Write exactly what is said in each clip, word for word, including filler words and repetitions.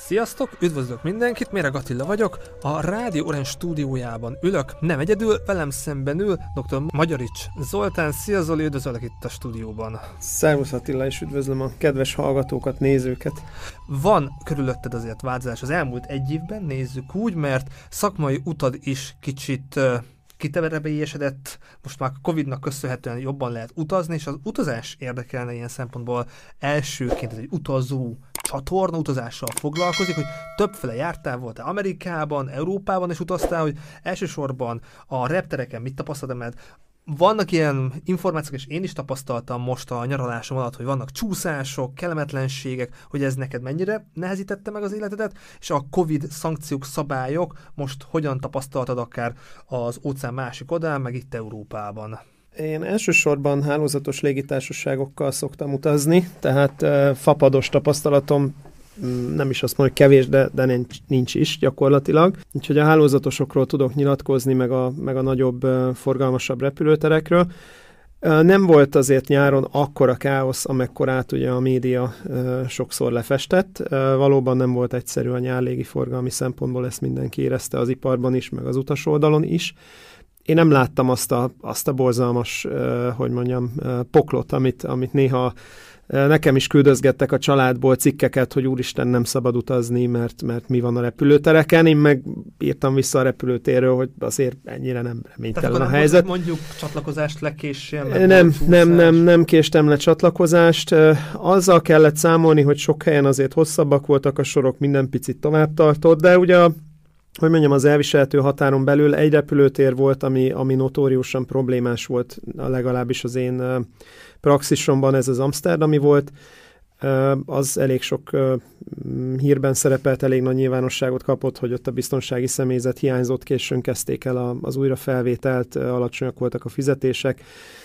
Sziasztok, üdvözlök mindenkit, Méreg Attila vagyok, a Rádió Orange stúdiójában ülök, nem egyedül, velem szemben ül doktor Magyarics Zoltán. Szia Zoli, üdvözöllek itt a stúdióban. Szervusz Attila, és üdvözlöm a kedves hallgatókat, nézőket. Van körülötted azért változás az elmúlt egy évben, nézzük úgy, mert szakmai utad is kicsit uh, kiteverebélyesedett, most már a Covidnak köszönhetően jobban lehet utazni, és az utazás érdekelne ilyen szempontból elsőként, ez egy utazó csatorna utazással foglalkozik, hogy többfele jártál, voltál Amerikában, Európában is utaztál, hogy elsősorban a reptereken mit tapasztaltál, mert vannak ilyen információk, és én is tapasztaltam most a nyaralásom alatt, hogy vannak csúszások, kellemetlenségek, hogy ez neked mennyire nehezítette meg az életedet, és a Covid szankciók, szabályok most hogyan tapasztaltad akár az óceán másik oldalán, meg itt Európában? Én elsősorban hálózatos légitársaságokkal szoktam utazni, tehát uh, fapados tapasztalatom, nem is azt mondom, hogy kevés, de, de nincs, nincs is gyakorlatilag. Úgyhogy a hálózatosokról tudok nyilatkozni, meg a, meg a nagyobb, uh, forgalmasabb repülőterekről. Uh, nem volt azért nyáron akkora káosz, amekkorát ugye a média uh, sokszor lefestett. Uh, valóban nem volt egyszerű a nyár légiforgalmi szempontból, ezt mindenki érezte az iparban is, meg az utas oldalon is. Én nem láttam azt a, azt a borzalmas, uh, hogy mondjam, uh, poklot, amit, amit néha uh, nekem is küldözgettek a családból cikkeket, hogy úristen, nem szabad utazni, mert, mert mi van a repülőtereken. Én meg írtam vissza a repülőtérről, hogy azért ennyire nem reménytelen a helyzet. Mondjuk csatlakozást lekéssél? Nem, nem, nem, nem késtem le csatlakozást. Uh, azzal kellett számolni, hogy sok helyen azért hosszabbak voltak a sorok, minden picit tovább tartott, de ugye a hogy mondjam, az elviselhető határon belül egy repülőtér volt, ami, ami notóriusan problémás volt, legalábbis az én uh, praxisomban, ez az amszterdami volt. Uh, az elég sok uh, hírben szerepelt, elég nagy nyilvánosságot kapott, hogy ott a biztonsági személyzet hiányzott, későn kezdték el a, az újrafelvételt, uh, alacsonyak voltak a fizetések.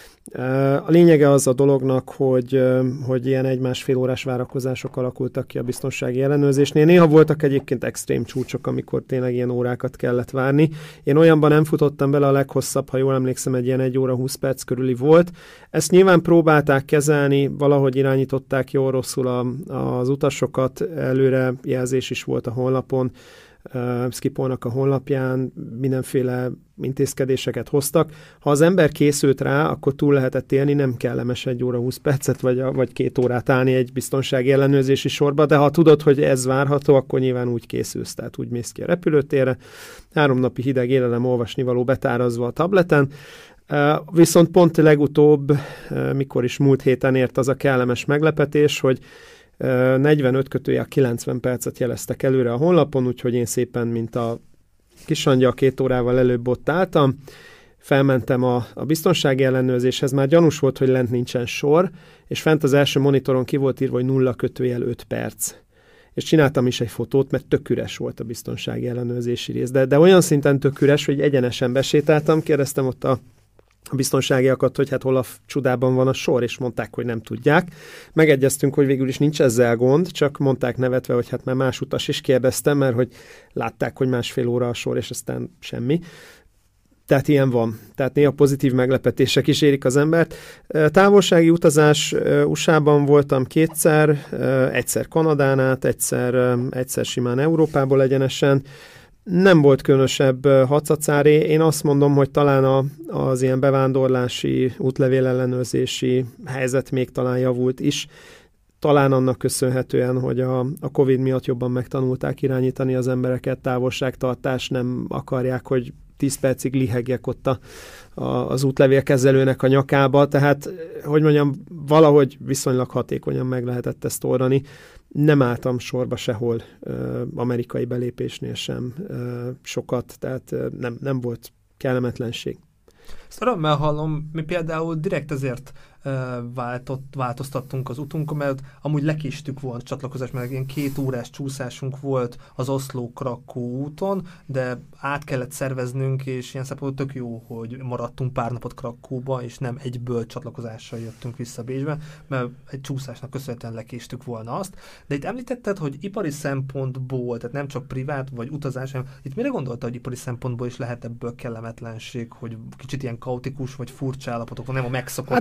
A lényege az a dolognak, hogy, hogy ilyen egy-másfél órás várakozások alakultak ki a biztonsági ellenőrzésnél. Néha voltak egyébként extrém csúcsok, amikor tényleg ilyen órákat kellett várni. Én olyanban nem futottam bele, a leghosszabb, ha jól emlékszem, egy ilyen egy óra húsz perc körüli volt. Ezt nyilván próbálták kezelni, valahogy irányították jól rosszul a, az utasokat, előre jelzés is volt a honlapon, Uh, Skipolnak a honlapján, mindenféle intézkedéseket hoztak. Ha az ember készült rá, akkor túl lehetett élni, nem kellemes egy óra húsz percet, vagy, vagy két órát állni egy biztonsági ellenőrzési sorba, de ha tudod, hogy ez várható, akkor nyilván úgy készülsz, tehát úgy mész ki a repülőtérre. Három napi hideg élelem, olvasnivaló betárazva a tableten. Uh, viszont pont legutóbb, uh, mikor is múlt héten ért az a kellemes meglepetés, hogy negyvenöt kötőjel kilencven percet jeleztek előre a honlapon, úgyhogy én szépen, mint a kisangya, két órával előbb ott álltam, felmentem a, a biztonsági ellenőrzéshez, már gyanús volt, hogy lent nincsen sor, és fent az első monitoron ki volt írva, hogy nulla kötőjel öt perc. És csináltam is egy fotót, mert tök üres volt a biztonsági ellenőrzési rész, de, de olyan szinten tök üres, hogy egyenesen besétáltam, kérdeztem ott a a biztonságiakat, hogy hát hol a csodában van a sor, és mondták, hogy nem tudják. Megegyeztünk, hogy végül is nincs ezzel gond, csak mondták nevetve, hogy hát már más utas is kérdeztem, mert hogy látták, hogy másfél óra a sor, és aztán semmi. Tehát ilyen van. Tehát néha pozitív meglepetések is érik az embert. Távolsági utazás, u es á-ban voltam kétszer, egyszer Kanadán át, egyszer, egyszer simán Európából egyenesen. Nem volt különösebb hacacáré. Én azt mondom, hogy talán a, az ilyen bevándorlási, útlevél ellenőrzési helyzet még talán javult is. Talán annak köszönhetően, hogy a, a Covid miatt jobban megtanulták irányítani az embereket, távolságtartás, nem akarják, hogy tíz percig lihegjek ott a, a, az útlevélkezelőnek a nyakába. Tehát, hogy mondjam, valahogy viszonylag hatékonyan meg lehetett ezt oldani. Nem álltam sorba sehol, ö, amerikai belépésnél sem ö, sokat, tehát ö, nem, nem volt kellemetlenség. Ezt örömmel hallom, mi például direkt ezért uh, váltott, változtattunk az utunkon, mert amúgy lekéstük volna csatlakozást, mert ilyen két órás csúszásunk volt az Oszló-Krakó úton, de át kellett szerveznünk, és ilyen szempontból tök jó, hogy maradtunk pár napot Krakóba, és nem egyből csatlakozással jöttünk vissza Bécsbe, mert egy csúszásnak köszönhetően lekéstük volna azt. De itt említetted, hogy ipari szempontból, tehát nem csak privát vagy utazás, hanem itt mire gondolta, hogy ipari szempontból is lehet ebből kellemetlenség, hogy kicsit ilyen kaotikus vagy furcsa állapotok, nem a megszokott? Hát iparág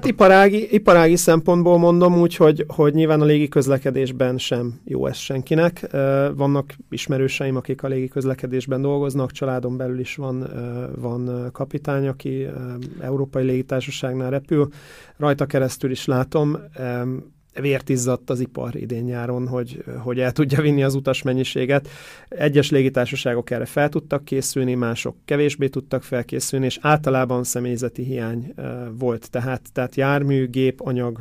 iparági, iparági szempontból mondom úgy, hogy, hogy nyilván a légiközlekedésben sem jó ez senkinek. Vannak ismerőseim, akik a légiközlekedésben dolgoznak, családon belül is van, van kapitány, aki európai légitársaságnál repül. Rajta keresztül is látom, vért izzadt az ipar idén-nyáron, hogy, hogy el tudja vinni az utasmennyiséget. Egyes légitársaságok erre fel tudtak készülni, mások kevésbé tudtak felkészülni, és általában személyzeti hiány uh, volt. Tehát, tehát jármű, gép, anyag,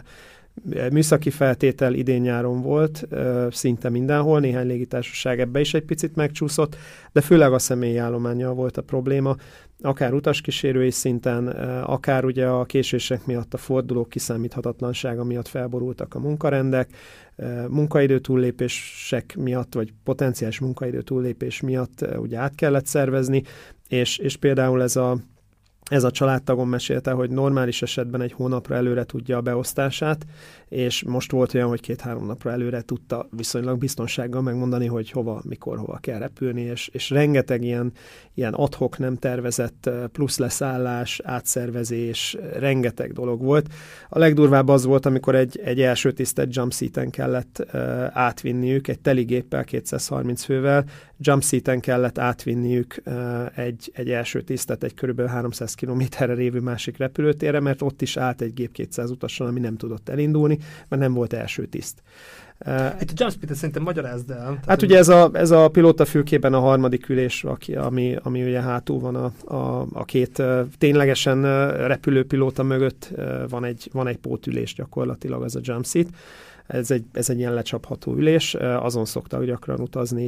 uh, műszaki feltétel idén-nyáron volt, uh, szinte mindenhol, néhány légitársaság ebbe is egy picit megcsúszott, de főleg a személyi állománnyal volt a probléma, akár utaskísérői szinten, akár ugye a késések miatt, a fordulók kiszámíthatatlansága miatt felborultak a munkarendek, munkaidő túllépések miatt, vagy potenciális munkaidő túllépés miatt ugye át kellett szervezni, és, és például ez a Ez a családtagom mesélte, hogy normális esetben egy hónapra előre tudja a beosztását, és most volt olyan, hogy két-három napra előre tudta viszonylag biztonsággal megmondani, hogy hova, mikor, hova kell repülni, és, és rengeteg ilyen, ilyen ad-hoc nem tervezett plusz leszállás, átszervezés, rengeteg dolog volt. A legdurvább az volt, amikor egy, egy első tisztet jumpseaten kellett uh, átvinniük, egy teli géppel, kétszázharminc fővel, jumpseaten kellett átvinniük uh, egy, egy első tisztet, egy körülbelül háromszáz kilométerre lévő másik repülőtérre, mert ott is állt egy gép kétszáz utason, ami nem tudott elindulni, mert nem volt első tiszt. Itt a jumpseat-et szerintem magyarázd el. Hát ugye ez a, ez a pilótafülkében a harmadik ülés, aki, ami, ami ugye hátul van a, a, a két ténylegesen repülő pilóta mögött van egy, van egy pótülés gyakorlatilag, az a jumpseat. Ez egy, ez egy ilyen lecsapható ülés, azon szoktak gyakran utazni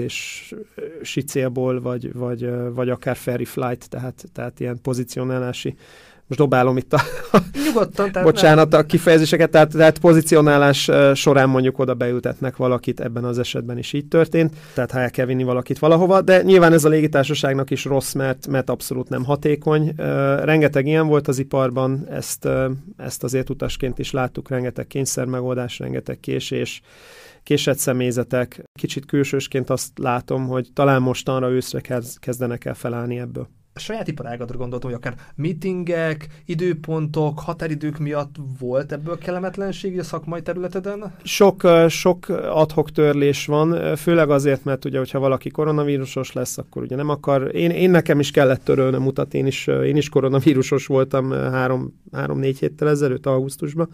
kiképzési célból, vagy, vagy, vagy akár ferry flight, tehát, tehát ilyen pozicionálási. Most dobálom itt a, Nyugodtan, tehát bocsánat, a kifejezéseket, tehát, tehát pozicionálás során mondjuk oda beültetnek valakit, ebben az esetben is így történt, tehát ha el kell vinni valakit valahova, de nyilván ez a légitársaságnak is rossz, mert, mert abszolút nem hatékony. Rengeteg ilyen volt az iparban, ezt, ezt azért utasként is láttuk, rengeteg kényszermegoldás, rengeteg késés, késett személyzetek. Kicsit külsősként azt látom, hogy talán mostanra őszre kezdenek el felállni ebből. A saját iparágadra gondoltam, hogy akár meetingek, időpontok, határidők miatt volt ebből kellemetlenség a szakmai területeden? Sok, sok ad-hoc törlés van, főleg azért, mert ugye, hogyha valaki koronavírusos lesz, akkor ugye nem akar. Én, én nekem is kellett törölnöm utat, én is, én is koronavírusos voltam három, három-négy héttel ezelőtt, augusztusban.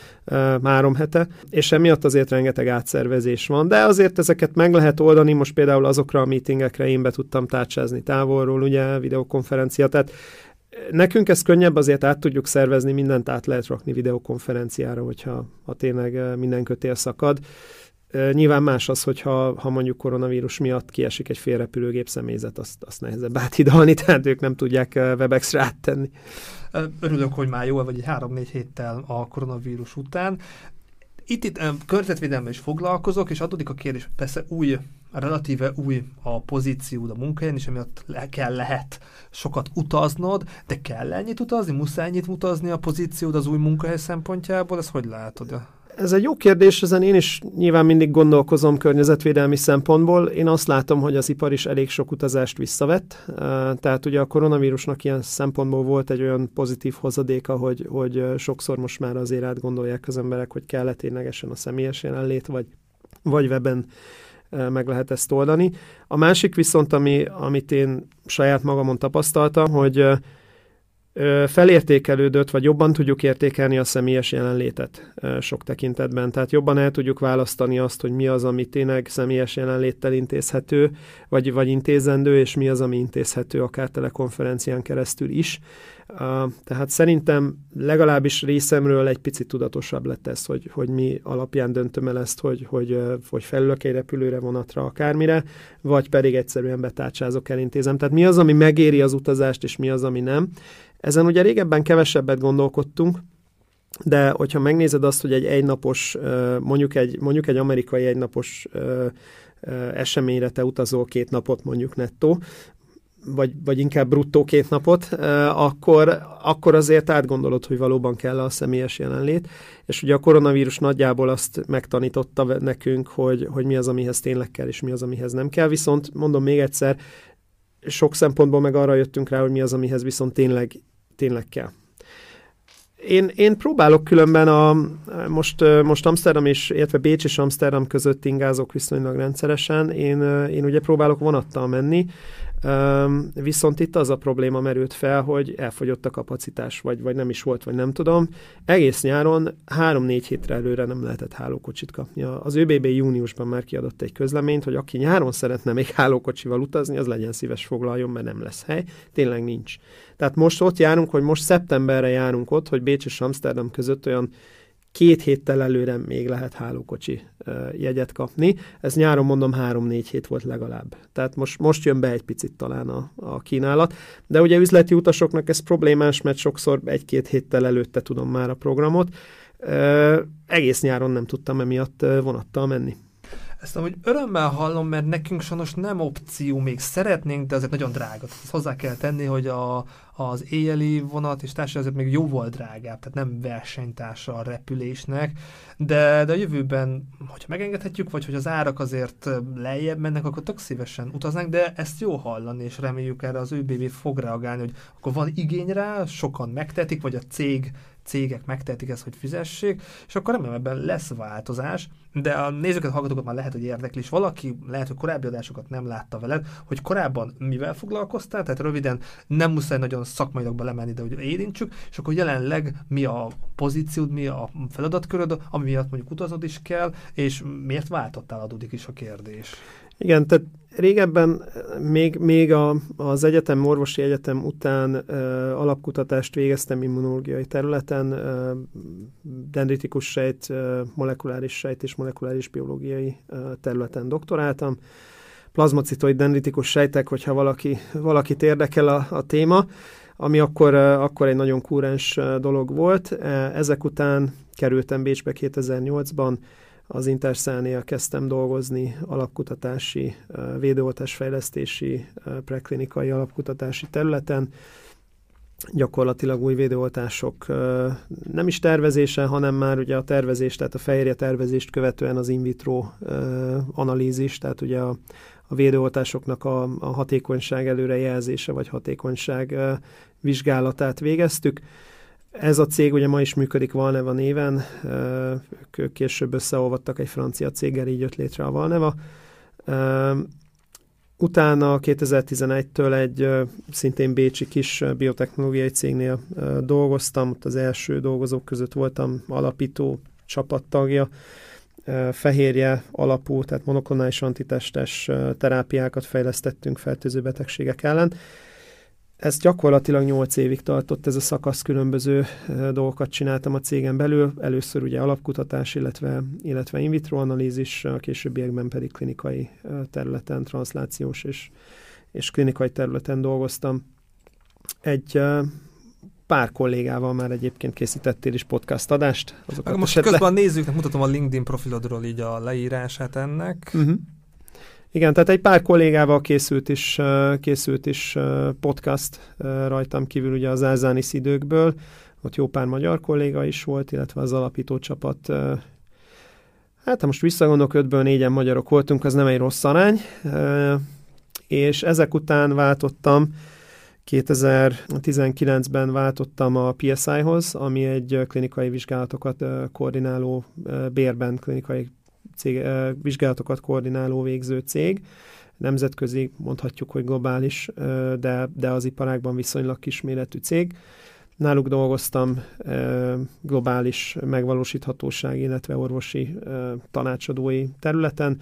három hete, és emiatt azért rengeteg átszervezés van, de azért ezeket meg lehet oldani, most például azokra a meetingekre én be tudtam tárcsázni távolról, ugye, videokonferencia, tehát nekünk ez könnyebb, azért át tudjuk szervezni, mindent át lehet rakni videokonferenciára, hogyha ha tényleg minden kötél szakad. Nyilván más az, hogyha ha mondjuk koronavírus miatt kiesik egy fél repülőgép személyzet, azt, azt nehezebb áthidalni, tehát ők nem tudják Webexre áttenni. Örülök, hogy már jól vagy egy három-négy héttel a koronavírus után. Itt, itt környezetvédelemmel is foglalkozok, és adódik a kérdés, persze új, relatíve új a pozíciód a munkahelyen, és emiatt le kell, lehet sokat utaznod, de kell ennyit utazni, muszáj ennyit utazni a pozíciód az új munkahely szempontjából, ezt hogy látod? Ez egy jó kérdés, ezen én is nyilván mindig gondolkozom környezetvédelmi szempontból. Én azt látom, hogy az ipar is elég sok utazást visszavett. Tehát ugye a koronavírusnak ilyen szempontból volt egy olyan pozitív hozadéka, hogy, hogy sokszor most már azért átgondolják az emberek, hogy kell-e ténylegesen a személyes jelenlét, vagy, vagy weben meg lehet ezt oldani. A másik viszont, ami, amit én saját magamon tapasztaltam, hogy felértékelődött, vagy jobban tudjuk értékelni a személyes jelenlétet sok tekintetben. Tehát jobban el tudjuk választani azt, hogy mi az, ami tényleg személyes jelenléttel intézhető, vagy, vagy intézendő, és mi az, ami intézhető akár telekonferencián keresztül is. Tehát szerintem legalábbis részemről egy picit tudatosabb lett ez, hogy, hogy mi alapján döntöm el ezt, hogy, hogy, hogy felülök egy repülőre, vonatra, akármire, vagy pedig egyszerűen betárcsázok, elintézem. Tehát mi az, ami megéri az utazást, és mi az, ami nem. Ezen ugye régebben kevesebbet gondolkodtunk, de hogyha megnézed azt, hogy egy egynapos, mondjuk egy, mondjuk egy amerikai egynapos eseményre te utazol két napot mondjuk nettó, vagy, vagy inkább bruttó két napot, akkor, akkor azért átgondolod, hogy valóban kell a személyes jelenlét. És ugye a koronavírus nagyjából azt megtanította nekünk, hogy, hogy mi az, amihez tényleg kell, és mi az, amihez nem kell. Viszont mondom még egyszer, sok szempontból meg arra jöttünk rá, hogy mi az, amihez viszont tényleg, tényleg kell. Én, én próbálok különben a, most, most Amsterdam és, illetve Bécs és Amsterdam között ingázok viszonylag rendszeresen. Én, én ugye próbálok vonattal menni, viszont itt az a probléma merült fel, hogy elfogyott a kapacitás, vagy, vagy nem is volt, vagy nem tudom. Egész nyáron három-négy hétre előre nem lehetett hálókocsit kapni. Az ÖBB júniusban már kiadott egy közleményt, hogy aki nyáron szeretne még hálókocsival utazni, az legyen szíves foglaljon, mert nem lesz hely. Tényleg nincs. Tehát most ott járunk, hogy most szeptemberre járunk ott, hogy Bécs és Amsterdam között olyan két héttel előre még lehet hálókocsi uh, jegyet kapni. Ez nyáron mondom három-négy hét volt legalább. Tehát most, most jön be egy picit talán a, a kínálat. De ugye üzleti utasoknak ez problémás, mert sokszor egy-két héttel előtte tudom már a programot. Uh, egész nyáron nem tudtam emiatt uh, vonattal menni. Ezt amúgy örömmel hallom, mert nekünk sajnos nem opció, még szeretnénk, de azért nagyon drága. Ezt hozzá kell tenni, hogy a, az éjjeli vonat és társaság azért még jóval drágább, tehát nem versenytársa a repülésnek, de, de a jövőben, hogyha megengedhetjük, vagy hogy az árak azért lejjebb mennek, akkor tök szívesen utaznánk, de ezt jó hallani, és reméljük erre az ÖBB fog reagálni, hogy akkor van igény rá, sokan megtehetik, vagy a cég cégek megtehetik ezt, hogy fizessék, és akkor remélem ebben lesz változás, de a nézőket, hallgatókat már lehet, hogy érdekli, és valaki lehet, hogy korábbi adásokat nem látta veled, hogy korábban mivel foglalkoztál, tehát röviden nem muszáj nagyon szakmailag belemenni, de hogy érintsük, és akkor jelenleg mi a pozíciód, mi a feladatköröd, ami miatt mondjuk utaznod is kell, és miért váltottál, adódik is a kérdés. Igen, tehát régebben még, még a, az egyetem, orvosi egyetem után uh, alapkutatást végeztem immunológiai területen, uh, dendritikus sejt, uh, molekuláris sejt és molekuláris biológiai uh, területen doktoráltam. Plazmacitoid dendritikus sejtek, hogyha valaki, valakit érdekel a, a téma, ami akkor, uh, akkor egy nagyon kúrens uh, dolog volt. Uh, ezek után kerültem Bécsbe kétezer-nyolcban, az Intercellnél kezdtem dolgozni alapkutatási, védőoltásfejlesztési, preklinikai alapkutatási területen. Gyakorlatilag új védőoltások nem is tervezése, hanem már ugye a tervezés, tehát a fehérje tervezést követően az in vitro analízis, tehát ugye a, a védőoltásoknak a, a hatékonyság előrejelzése, vagy hatékonyság vizsgálatát végeztük. Ez a cég ugye ma is működik Valneva néven, ők később összeolvadtak egy francia céggel, így jött létre a Valneva. Utána kétezer-tizenegytől egy szintén bécsi kis biotechnológiai cégnél dolgoztam, ott az első dolgozók között voltam alapító csapattagja, fehérje alapú, tehát monoklonális antitestes terápiákat fejlesztettünk fertőző betegségek ellen. Ez gyakorlatilag nyolc évig tartott, ez a szakasz, különböző dolgokat csináltam a cégen belül, először ugye alapkutatás, illetve, illetve in vitro analízis, a későbbiekben pedig klinikai területen, transzlációs és, és klinikai területen dolgoztam. Egy pár kollégával már egyébként készítettél is podcast adást. Most esetleg... közben a nézőknek mutatom a LinkedIn profilodról így a leírását ennek. Uh-huh. Igen, tehát egy pár kollégával készült is, készült is podcast rajtam kívül ugye az Ázánisz időkből, ott jó pár magyar kolléga is volt, illetve az alapító csapat. Hát ha most visszagondolok, ötből négyen magyarok voltunk, az nem egy rossz arány, és ezek után váltottam, kétezer-tizenkilencben váltottam a pé es i-hoz, ami egy klinikai vizsgálatokat koordináló, bérben klinikai cég, vizsgálatokat koordináló végző cég. Nemzetközi, mondhatjuk, hogy globális, de, de az iparágban viszonylag kisméretű cég. Náluk dolgoztam globális megvalósíthatóság, illetve orvosi tanácsadói területen,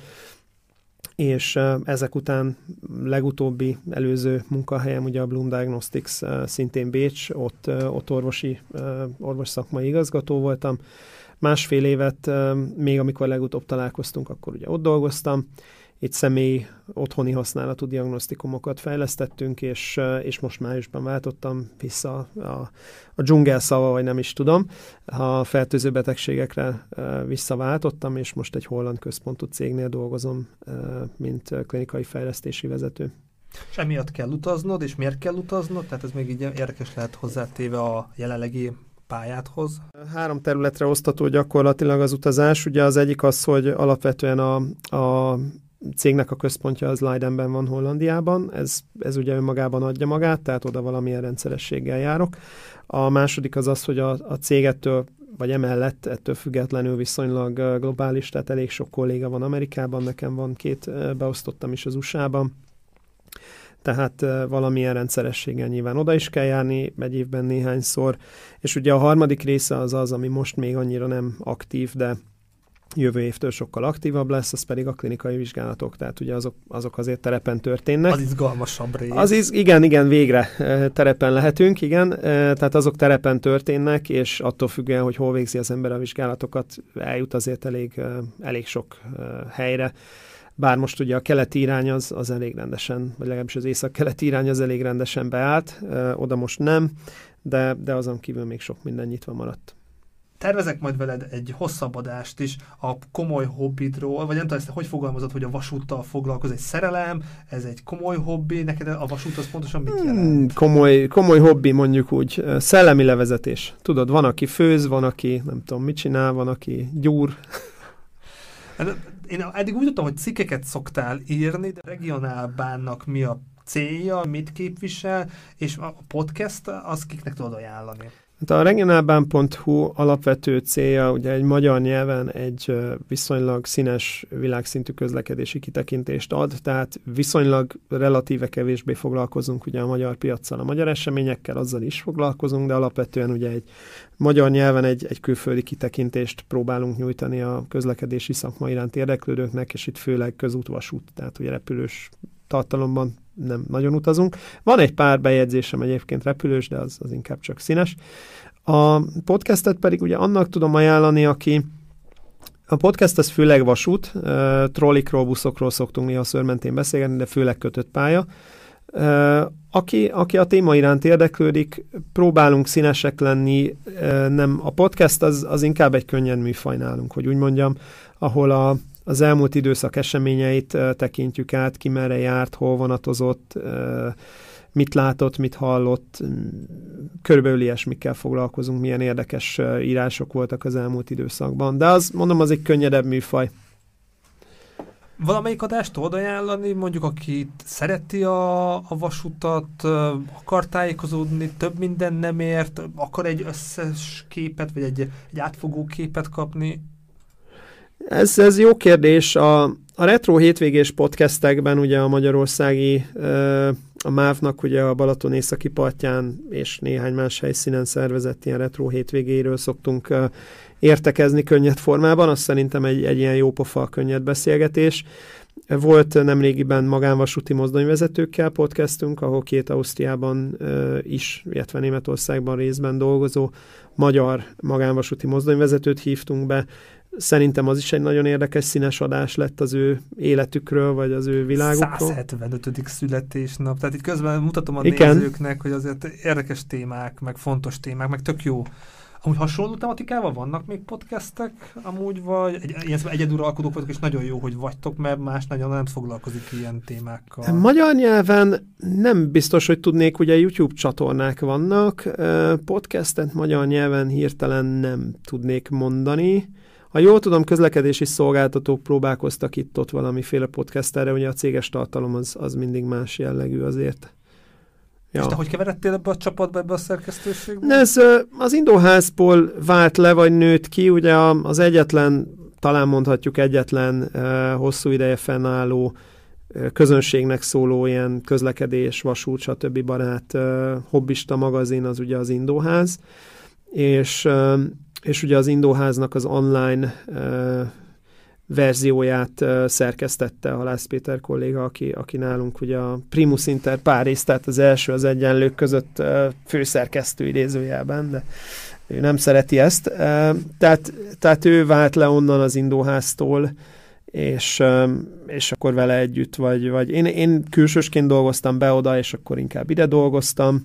és ezek után legutóbbi előző munkahelyem, ugye a Bloom Diagnostics, szintén Bécs, ott, ott orvosi, orvos szakmai igazgató voltam. Másfél évet, még amikor legutóbb találkoztunk, akkor ugye ott dolgoztam. Itt személy otthoni használatú diagnosztikumokat fejlesztettünk, és, és most májusban váltottam vissza a, a dzsungel szava, vagy nem is tudom. A fertőző betegségekre visszaváltottam, és most egy holland központú cégnél dolgozom, mint klinikai fejlesztési vezető. És emiatt kell utaznod, és miért kell utaznod? Tehát ez még így érdekes lehet hozzátéve a jelenlegi pályádhoz? Három területre osztató gyakorlatilag az utazás. Ugye az egyik az, hogy alapvetően a, a cégnek a központja az Leidenben van, Hollandiában. Ez, ez ugye önmagában adja magát, tehát oda valamilyen rendszerességgel járok. A második az az, hogy a, a cégettől, vagy emellett ettől függetlenül viszonylag globális, tehát elég sok kolléga van Amerikában, nekem van két, beosztottam is az u es á-ban. Tehát valamilyen rendszerességgel nyilván oda is kell járni, egy évben néhányszor. És ugye a harmadik része az az, ami most még annyira nem aktív, de jövő évtől sokkal aktívabb lesz, az pedig a klinikai vizsgálatok, tehát ugye azok, azok azért terepen történnek. Az izgalmasabb rész. Az iz, igen, igen, végre terepen lehetünk, igen, tehát azok terepen történnek, és attól függően, hogy hol végzi az ember a vizsgálatokat, eljut azért elég, elég sok helyre. Bár most ugye a keleti irány az, az elég rendesen, vagy legalábbis az észak-keleti irány az elég rendesen beállt, oda most nem, de, de azon kívül még sok minden nyitva maradt. Tervezek majd veled egy hosszabb adást is a komoly hobbidról, vagy nem tudom, ezt hogy fogalmazod, hogy a vasúttal foglalkozol, egy szerelem, ez egy komoly hobbi, neked a vasút az pontosan mit jelent? Hmm, komoly, komoly hobbi, mondjuk úgy, szellemi levezetés. Tudod, van, aki főz, van, aki nem tudom mit csinál, van, aki gyúr. Én eddig úgy tudtam, hogy cikkeket szoktál írni, de Regionálbánnak mi a célja, mit képvisel, és a podcast az kiknek tudod ajánlani? A regionálbán pont hu alapvető célja ugye egy magyar nyelven egy viszonylag színes világszintű közlekedési kitekintést ad, tehát viszonylag relatíve kevésbé foglalkozunk ugye a magyar piaccal, a magyar eseményekkel, azzal is foglalkozunk, de alapvetően ugye egy magyar nyelven egy, egy külföldi kitekintést próbálunk nyújtani a közlekedési szakma iránt érdeklődőknek, és itt főleg közútvasút, tehát ugye repülős tartalomban nem nagyon utazunk. Van egy pár bejegyzésem egyébként repülős, de az, az inkább csak színes. A podcastet pedig ugye annak tudom ajánlani, aki a podcast az főleg vasút, uh, trollikról, buszokról szoktunk néha szőrmentén beszélgetni, de főleg kötött pálya. Uh, aki, aki a téma iránt érdeklődik, próbálunk színesek lenni, uh, nem, a podcast az, az inkább egy könnyed műfaj nálunk, hogy úgy mondjam, ahol a az elmúlt időszak eseményeit uh, tekintjük át, ki merre járt, hol vonatozott, uh, mit látott, mit hallott, körülbelül ilyesmikkel foglalkozunk, milyen érdekes uh, írások voltak az elmúlt időszakban. De az, mondom, az egy könnyedebb műfaj. Valamelyik adást tudod ajánlani, mondjuk aki szereti a, a vasutat, uh, akar tájékozódni, több minden nem ért, akar egy összes képet, vagy egy, egy átfogó képet kapni? Ez, ez jó kérdés. A, a retro hétvégés podcastekben ugye a magyarországi, a mávnak ugye a Balaton északi partján és néhány más helyszínen szervezett ilyen retro hétvégéről szoktunk értekezni könnyed formában. Azt szerintem egy, egy ilyen jópofa könnyed beszélgetés. Volt nemrégiben magánvasúti mozdonyvezetőkkel podcastünk, ahol két Ausztriában is, illetve Németországban részben dolgozó magyar magánvasúti mozdonyvezetőt hívtunk be. Szerintem az is egy nagyon érdekes színes adás lett az ő életükről, vagy az ő világukról. száz hetvenötödik születésnap. Tehát itt közben mutatom a Igen. nézőknek, hogy azért érdekes témák, meg fontos témák, meg tök jó. Amúgy hasonló tematikával vannak még podcastek, amúgy vagy egy, ilyen egyeduralkodók vagytok, és nagyon jó, hogy vagytok, mert más nagyon nem foglalkozik ilyen témákkal. Magyar nyelven nem biztos, hogy tudnék, ugye YouTube csatornák vannak, podcastet magyar nyelven hirtelen nem tudnék mondani. Ha jól tudom, közlekedési szolgáltatók próbálkoztak itt-ott valamiféle podcasterre, ugye a céges tartalom az, az mindig más jellegű azért. Ja. És te hogy keveredtél ebbe a csapatba, ebbe a szerkesztőségbe? Ez az Indóházból vált le, vagy nőtt ki, ugye az egyetlen, talán mondhatjuk egyetlen hosszú ideje fennálló közönségnek szóló ilyen közlekedés, vasút, stb. Barát hobbista magazin az ugye az Indóház, és és ugye az Indóháznak az online uh, verzióját uh, szerkesztette Halász Péter kolléga, aki, aki nálunk ugye a Primus Inter Paris, tehát az első az egyenlők között uh, főszerkesztő idézőjelben, de ő nem szereti ezt. Uh, tehát, tehát ő vált le onnan az Indóháztól, és, um, és akkor vele együtt, vagy, vagy én, én külsősként dolgoztam be oda, és akkor inkább ide dolgoztam,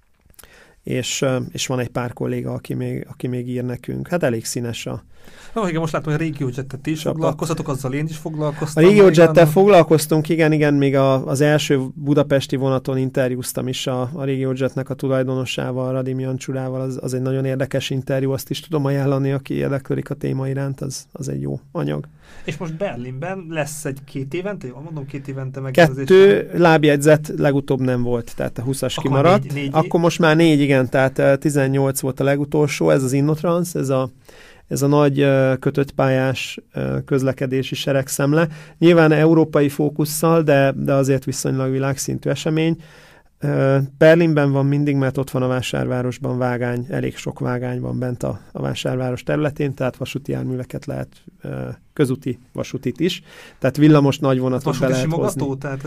És, és van egy pár kolléga, aki még, aki még ír nekünk. Hát elég színes a... Na, igen, most látom, hogy a RegioJet-tel is foglalkoztatok, azzal én is foglalkoztam. A RegioJet-tel foglalkoztunk, igen, igen, még a, az első budapesti vonaton interjúztam is a, a RegioJet-nek a tulajdonosával, Radim Jancsurával, az, az egy nagyon érdekes interjú, azt is tudom ajánlani, aki érdeklődik a téma iránt, az, az egy jó anyag. És most Berlinben lesz egy két évente, jól mondom, két évente megkezdés. Kettő lábjegyzet legutóbb nem volt, tehát a húszas Akkor kimaradt. Négy, négy Akkor most már négy, igen, tehát tizennyolc volt a legutolsó, ez az Innotrans, ez a, ez a nagy kötött pályás közlekedési seregszemle. Nyilván európai fókusszal, de, de azért viszonylag világszintű esemény. Berlinben van mindig, mert ott van a vásárvárosban vágány, elég sok vágány van bent a, a vásárváros területén, tehát vasúti járműveket lehet, közúti vasútit is, tehát villamos nagy vonatot be lehet simogató, hozni. Tehát ez...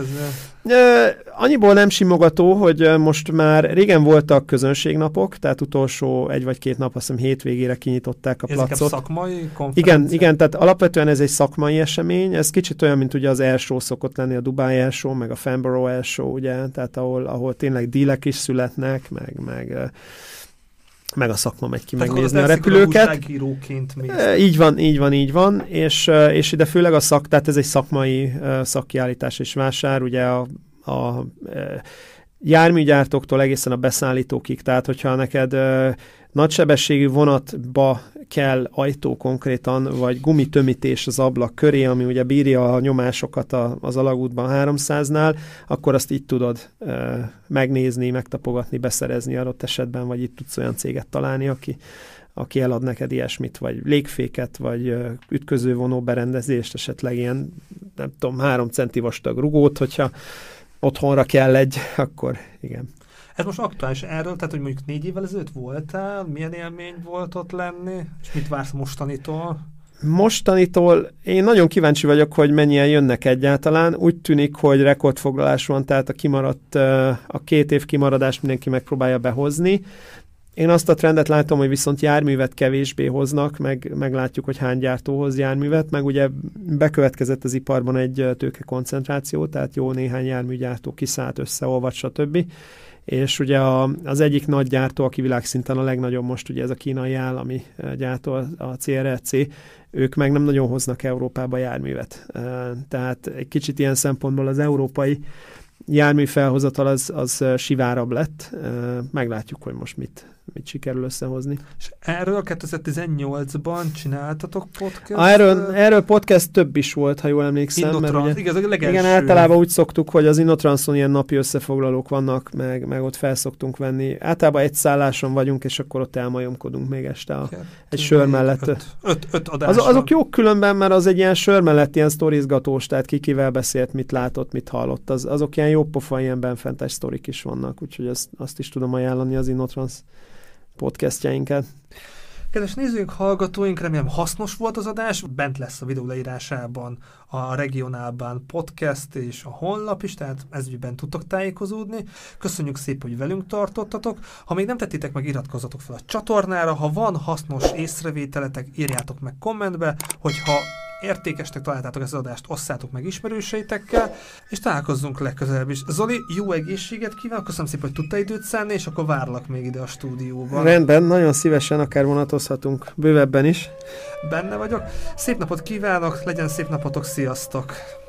Annyiból nem simogató, hogy most már régen voltak közönségnapok, tehát utolsó egy vagy két nap, azt hiszem hétvégére kinyitották a Ezek placot. szakmai konferencia? Igen, igen, tehát alapvetően ez egy szakmai esemény, ez kicsit olyan, mint ugye az Air Show szokott lenni, a Dubai Air Show, meg a Farnborough Air Show, ugye, tehát ahol, ahol tényleg dílek is születnek, meg, meg, meg a szakma megy ki tehát megnézni a repülőket. A így van, így van, így van, és, és ide főleg a szak, tehát ez egy szakmai szakkiállítás és vásár, ugye a, a járműgyártóktól egészen a beszállítókig, tehát hogyha neked ö, nagysebességű vonatba kell ajtó konkrétan, vagy gumitömítés az ablak köré, ami ugye bírja a nyomásokat a, az alagútban háromszáznál, akkor azt így tudod ö, megnézni, megtapogatni, beszerezni adott esetben, vagy itt tudsz olyan céget találni, aki, aki elad neked ilyesmit, vagy légféket, vagy ö, ütközővonó berendezést, esetleg ilyen, nem tudom, három centi vastag rugót, hogyha otthonra kell egy, akkor igen. Ez most aktuális erről, tehát hogy mondjuk négy évvel ezelőtt voltál, milyen élmény volt ott lenni, és mit vársz mostanitól? Mostanitól én nagyon kíváncsi vagyok, hogy mennyien jönnek egyáltalán. Úgy tűnik, hogy rekordfoglalás van, tehát a kimaradt, a két év kimaradást mindenki megpróbálja behozni. Én azt a trendet látom, hogy viszont járművet kevésbé hoznak, meg, meglátjuk, hogy hány gyártó hoz járművet, meg ugye bekövetkezett az iparban egy tőkekoncentráció, tehát jó néhány járműgyártó kiszállt, összeolvad, stb. És ugye a, az egyik nagy gyártó, aki világszinten a legnagyobb most, ugye ez a kínai állami gyártó, a cé er e cé, ők meg nem nagyon hoznak Európába járművet. Tehát egy kicsit ilyen szempontból az európai jármű felhozatal az, az sivárabb lett. Meglátjuk, hogy most mit, mit sikerül összehozni. És erről kétezer-tizennyolcban csináltatok podcast? Erről, erről podcast több is volt, ha jól emlékszem. Innotrans, mert ugye, igaz, a legelső. Igen, általában úgy szoktuk, hogy az Innotranson ilyen napi összefoglalók vannak, meg, meg ott felszoktunk venni. Általában egy szálláson vagyunk, és akkor ott elmajomkodunk még este a, Kettő, egy sör mellett. Öt, öt, öt adás az, azok jók különben, mert az egy ilyen sör mellett ilyen sztorizgatós, tehát ki kivel beszélt, mit látott, mit hallott. Az, azok ilyen jó pofa, ilyen benfentes sztorik is vannak, úgyhogy ezt, azt is tudom ajánlani az Innotrans podcastjainkat. Kedves nézőink, hallgatóink, remélem hasznos volt az adás, bent lesz a videó leírásában a Regionálban podcast és a honlap is, tehát ezügyben tudtok tájékozódni. Köszönjük szépen, hogy velünk tartottatok. Ha még nem tettétek meg, iratkozzatok fel a csatornára, ha van hasznos észrevételetek, írjátok meg kommentbe, hogyha értékesnek találtátok ezt az adást, osszátok meg ismerőseitekkel, és találkozzunk legközelebb is. Zoli, jó egészséget kívánok, köszönöm szépen, hogy tudtál időt szánni, és akkor várlak még ide a stúdióban. Rendben, nagyon szívesen, akár vonatozhatunk bővebben is. Benne vagyok. Szép napot kívánok, legyen szép napotok, sziasztok!